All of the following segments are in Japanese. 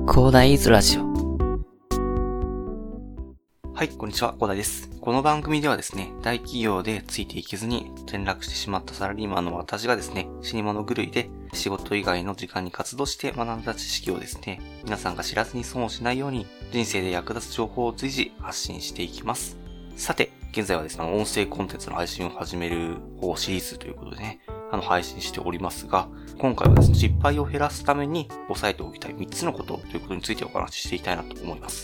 広大イズラジオ。 はい、こんにちは、広大です。この番組ではですね、大企業でついていけずに転落してしまったサラリーマンの私がですね、死に物狂いで仕事以外の時間に活動して学んだ知識をですね、皆さんが知らずに損をしないように人生で役立つ情報を随時発信していきます。さて、現在はですね、音声コンテンツの配信を始める方シリーズということでね、配信しておりますが、今回はですね、失敗を減らすために押さえておきたい3つのことということについてお話ししていきたいなと思います。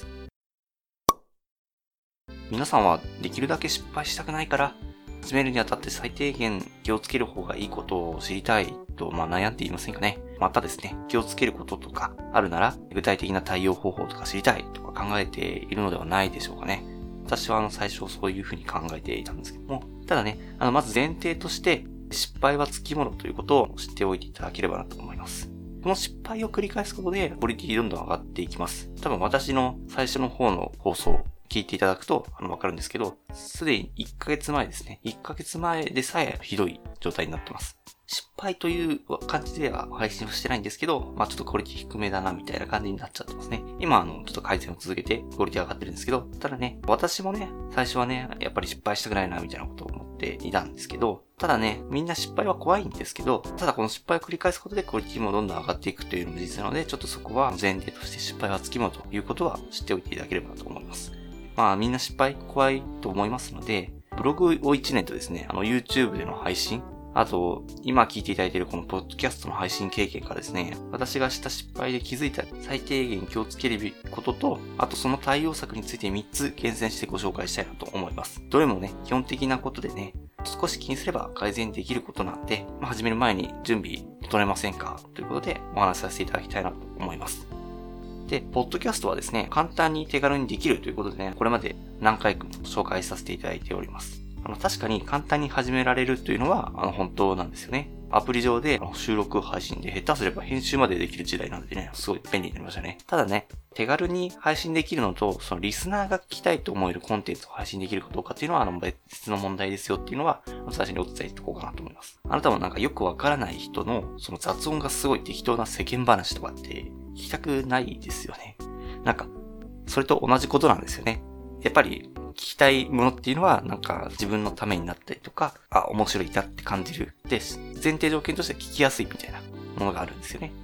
皆さんはできるだけ失敗したくないから、始めるにあたって最低限気をつける方がいいことを知りたいと、悩んでいませんかね。またですね、気をつけることとかあるなら、具体的な対応方法とか知りたいとか考えているのではないでしょうかね。私は最初そういうふうに考えていたんですけども、ただね、まず前提として、失敗はつきものということを知っておいていただければなと思います。この失敗を繰り返すことで、クオリティどんどん上がっていきます。多分私の最初の方の放送、聞いていただくとわかるんですけど、すでに1ヶ月前ですね。1ヶ月前でさえひどい状態になってます。失敗という感じでは配信をしてないんですけど、ちょっとクオリティ低めだなみたいな感じになっちゃってますね。今ちょっと改善を続けてクオリティ上がってるんですけど、ただね、私もね、最初はね、やっぱり失敗したくないなみたいなことを思っていたんですけど、ただね、みんな失敗は怖いんですけど、ただこの失敗を繰り返すことでクオリティもどんどん上がっていくというのも事実なので、ちょっとそこは前提として失敗はつきものということは知っておいていただければなと思います。みんな失敗怖いと思いますので、ブログを1年とですね、YouTube での配信、あと、今聞いていただいているこのポッドキャストの配信経験からですね、私がした失敗で気づいた最低限気をつけるべきことと、あとその対応策について3つ厳選してご紹介したいなと思います。どれもね、基本的なことでね、少し気にすれば改善できることなんで、始める前に準備整えませんかということでお話しさせていただきたいなと思います。で、ポッドキャストはですね、簡単に手軽にできるということでね、これまで何回か紹介させていただいております。確かに簡単に始められるというのは、本当なんですよね。アプリ上で収録配信で下手すれば編集までできる時代なのでね、すごい便利になりましたね。ただね、手軽に配信できるのと、そのリスナーが聞きたいと思えるコンテンツを配信できるかどうかっていうのは、別の問題ですよっていうのは、最初にお伝えしておこうかなと思います。あなたもよくわからない人の、その雑音がすごい適当な世間話とかって聞きたくないですよね。それと同じことなんですよね。やっぱり、聞きたいものっていうのは、自分のためになったりとか、面白いなって感じる。で、前提条件としては聞きやすいみたいなものがあるんですよね。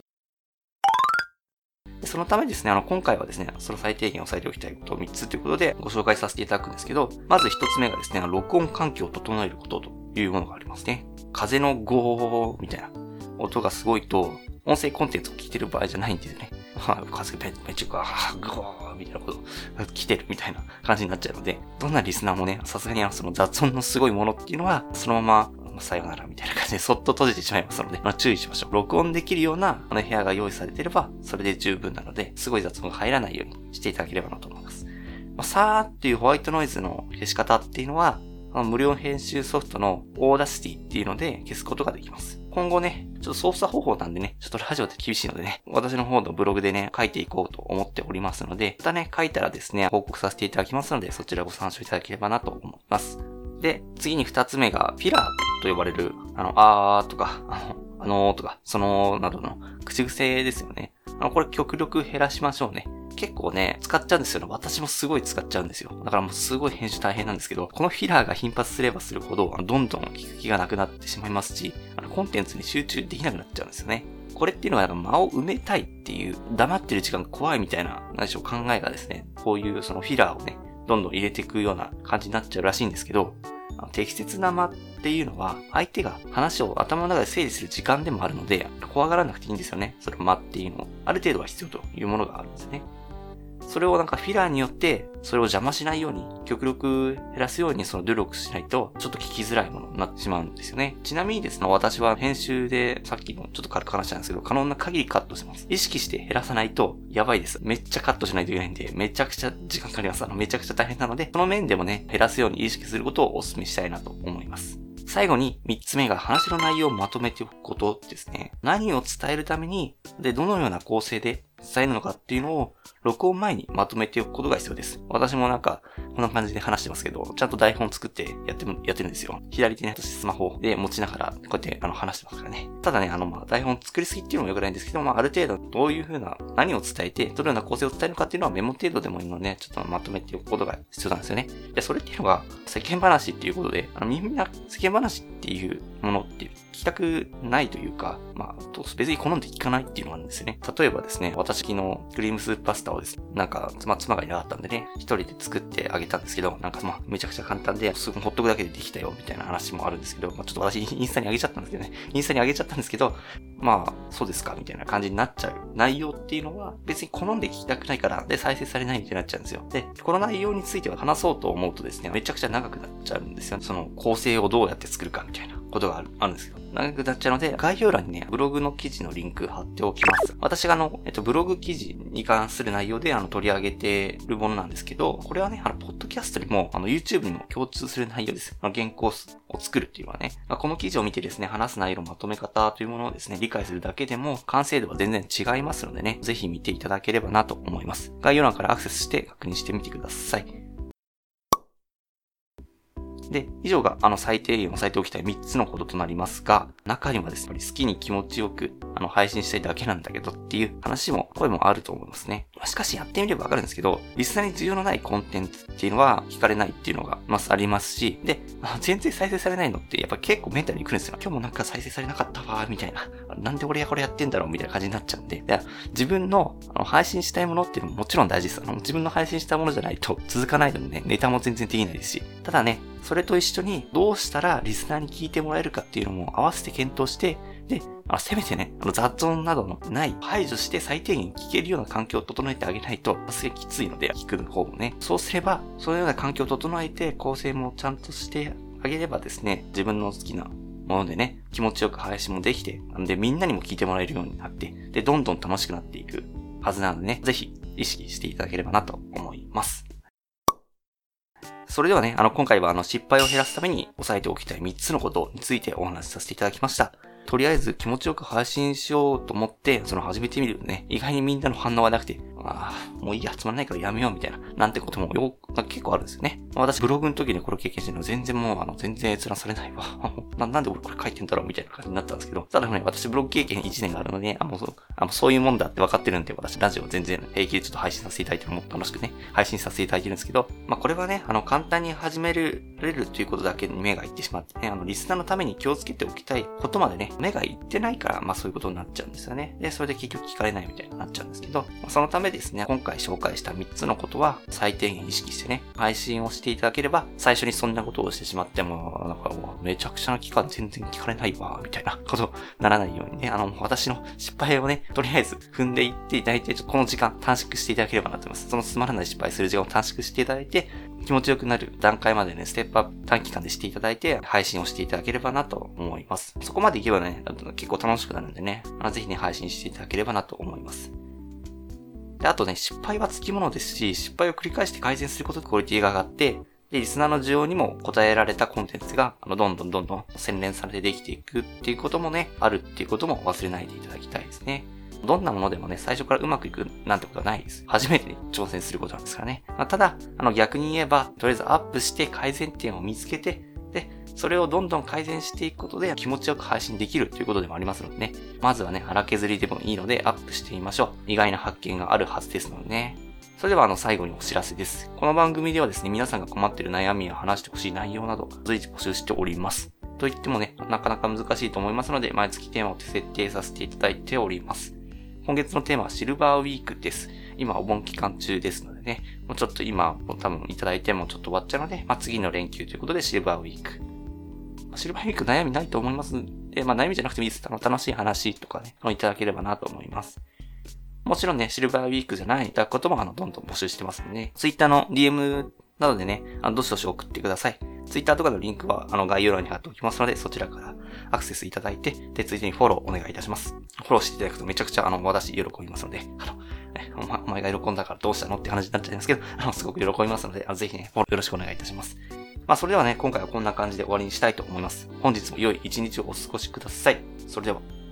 そのためですね、今回はですね、その最低限押さえておきたいことを3つということでご紹介させていただくんですけど、まず1つ目がですね、録音環境を整えることというものがありますね。風のゴーみたいな音がすごいと、音声コンテンツを聞いてる場合じゃないんですよね。風がめっちゃゴーみたいなことが来てるみたいな感じになっちゃうので、どんなリスナーもね、さすがにその雑音のすごいものっていうのは、そのままさよならみたいな感じでそっと閉じてしまいますので、注意しましょう。録音できるような部屋が用意されていれば、それで十分なので、すごい雑音が入らないようにしていただければなと思います。さーっていうホワイトノイズの消し方っていうのは、無料編集ソフトのオーダーシティっていうので消すことができます。今後ね、ちょっと操作方法なんでね、ちょっとラジオって厳しいのでね、私の方のブログでね、書いていこうと思っておりますので、またね、書いたらですね、報告させていただきますので、そちらご参照いただければなと思います。で、次に2つ目が、フィラーと呼ばれる、とか、とか、その、などの口癖ですよね。これ極力減らしましょうね。結構ね、使っちゃうんですよね。私もすごい使っちゃうんですよ。だからもうすごい編集大変なんですけど、このフィラーが頻発すればするほど、どんどん聞く気がなくなってしまいますし、コンテンツに集中できなくなっちゃうんですよね。これっていうのは間を埋めたいっていう、黙ってる時間が怖いみたいな、考えがですね、こういうそのフィラーをね、どんどん入れていくような感じになっちゃうらしいんですけど、適切な間っていうのは、相手が話を頭の中で整理する時間でもあるので、怖がらなくていいんですよね。それ間っていうのを、ある程度は必要というものがあるんですね。それをフィラーによって、それを邪魔しないように、極力減らすように努力しないと、ちょっと聞きづらいものになってしまうんですよね。ちなみにですね、私は編集で、さっきもちょっと軽く話したんですけど、可能な限りカットしてます。意識して減らさないと、やばいです。めっちゃカットしないといけないんで、めちゃくちゃ時間かかります。めちゃくちゃ大変なので、その面でもね、減らすように意識することをお勧めしたいなと思います。最後に3つ目が話の内容をまとめておくことですね。何を伝えるために、で、どのような構成で伝えるのかっていうのを、録音前にまとめておくことが必要です。私もこんな感じで話してますけど、ちゃんと台本作ってやってるんですよ。左手にスマホで持ちながら、こうやって話してますからね。ただね、台本作りすぎっていうのも良くないんですけど、ある程度どういう風な、何を伝えて、どのような構成を伝えるのかっていうのはメモ程度でもいいので、ちょっとまとめておくことが必要なんですよね。で、それっていうのが、世間話っていうことで、みんな世間話っていうものって聞きたくないというか、別に好んで聞かないっていうのがあるんですよね。例えばですね、私昨日クリームスープパスタをですね、妻がいなかったんでね、一人で作ってあげたんですけど、めちゃくちゃ簡単で、すぐほっとくだけでできたよ、みたいな話もあるんですけど、ちょっと私インスタにあげちゃったんですけどね、そうですか、みたいな感じになっちゃう内容っていうのは、別に好んで聞きたくないから、で、再生されないみたいになっちゃうんですよ。で、この内容については話そうと思うとですね、めちゃくちゃ長くなっちゃうんですよ。その構成をどうやって作るかみたいなことがあるんですけど、長くなっちゃうので、概要欄にね、ブログの記事のリンク貼っておきます。私がブログ記事に関する内容で取り上げてるものなんですけど、これはね、ポッドキャストにも、YouTube にも共通する内容です。原稿を作るっていうのはね、この記事を見てですね、話す内容のまとめ方というものをですね、理解するだけでも、完成度は全然違いますのでね、ぜひ見ていただければなと思います。概要欄からアクセスして確認してみてください。で、以上が最低限押さえておきたい3つのこととなりますが、中にはですね、好きに気持ちよく配信したいだけなんだけどっていう声もあると思いますね。しかしやってみればわかるんですけど、リスナーに需要のないコンテンツっていうのは聞かれないっていうのがありますし、で、全然再生されないのってやっぱ結構メンタルに来るんですよ。今日も再生されなかったわみたいな。なんで俺がこれやってんだろうみたいな感じになっちゃうんで、自分の配信したいものっていうのももちろん大事です。自分の配信したものじゃないと続かないのでね、ネタも全然できないですし、ただね、それと一緒にどうしたらリスナーに聞いてもらえるかっていうのも合わせて検討して、で、せめてね、雑音などのない排除して最低限聞けるような環境を整えてあげないと、さすがにきついので、聞く方もね。そうすれば、そういうような環境を整えて構成もちゃんとしてあげればですね、自分の好きなものでね、気持ちよく配信もできて、で、みんなにも聞いてもらえるようになって、で、どんどん楽しくなっていくはずなのでね、ぜひ意識していただければなと思います。それではね、今回は失敗を減らすために押さえておきたい3つのことについてお話しさせていただきました。とりあえず気持ちよく配信しようと思って、始めてみるとね、意外にみんなの反応がなくて、もういいや、つまらないからやめようみたいな、なんてことも結構あるんですよね。私ブログの時にこれ経験してるの全然閲覧されないわ。なんで俺これ書いてんだろうみたいな感じになったんですけど、ただね、私ブログ経験1年があるので、そういうもんだって分かってるんで、私ラジオ全然平気でちょっと配信させていただいてもっと楽しくね、配信させていただいてるんですけど、これはね、簡単に始められるということだけに目がいってしまってね、リスナーのために気をつけておきたいことまでね、目がいってないから、そういうことになっちゃうんですよね。で、それで結局聞かれないみたいになっちゃうんですけど、そのためですね、今回紹介した3つのことは最低限意識してね、配信をしていただければ、最初にそんなことをしてしまっても、めちゃくちゃな期間全然聞かれないわ、みたいなことにならないようにね、私の失敗をね、とりあえず踏んでいっていただいて、この時間短縮していただければなと思います。そのつまらない失敗する時間を短縮していただいて、気持ちよくなる段階までね、ステップアップ短期間でしていただいて、配信をしていただければなと思います。そこまでいけばね、結構楽しくなるんでね、ぜひね、配信していただければなと思います。で、あとね、失敗はつきものですし、失敗を繰り返して改善することでクオリティが上がって、で、リスナーの需要にも応えられたコンテンツが、どんどん洗練されてできていくっていうこともね、あるっていうことも忘れないでいただきたいですね。どんなものでもね、最初からうまくいくなんてことはないです。初めてに挑戦することなんですからね。ただ、逆に言えば、とりあえずアップして改善点を見つけて、で、それをどんどん改善していくことで気持ちよく配信できるということでもありますのでね。まずはね、荒削りでもいいのでアップしてみましょう。意外な発見があるはずですのでね。それでは最後にお知らせです。この番組ではですね、皆さんが困っている悩みや話してほしい内容など随時募集しております。と言ってもね、なかなか難しいと思いますので、毎月テーマを設定させていただいております。今月のテーマはシルバーウィークです。今お盆期間中ですのでね、もうちょっと今多分いただいてもちょっと終わっちゃうので、次の連休ということでシルバーウィーク。シルバーウィーク悩みないと思いますので、悩みじゃなくてもいいです。楽しい話とかね、いただければなと思います。もちろんね、シルバーウィークじゃないいただくこともどんどん募集してますので、ね、Twitter の DM などでね、どしどし送ってください。Twitter とかのリンクは概要欄に貼っておきますので、そちらからアクセスいただいて、で、ついでにフォローお願いいたします。フォローしていただくとめちゃくちゃ私喜びますので、お前が喜んだからどうしたのって話になっちゃいますけど、すごく喜びますので、ぜひね、フォローよろしくお願いいたします。それではね、今回はこんな感じで終わりにしたいと思います。本日も良い一日をお過ごしください。それでは。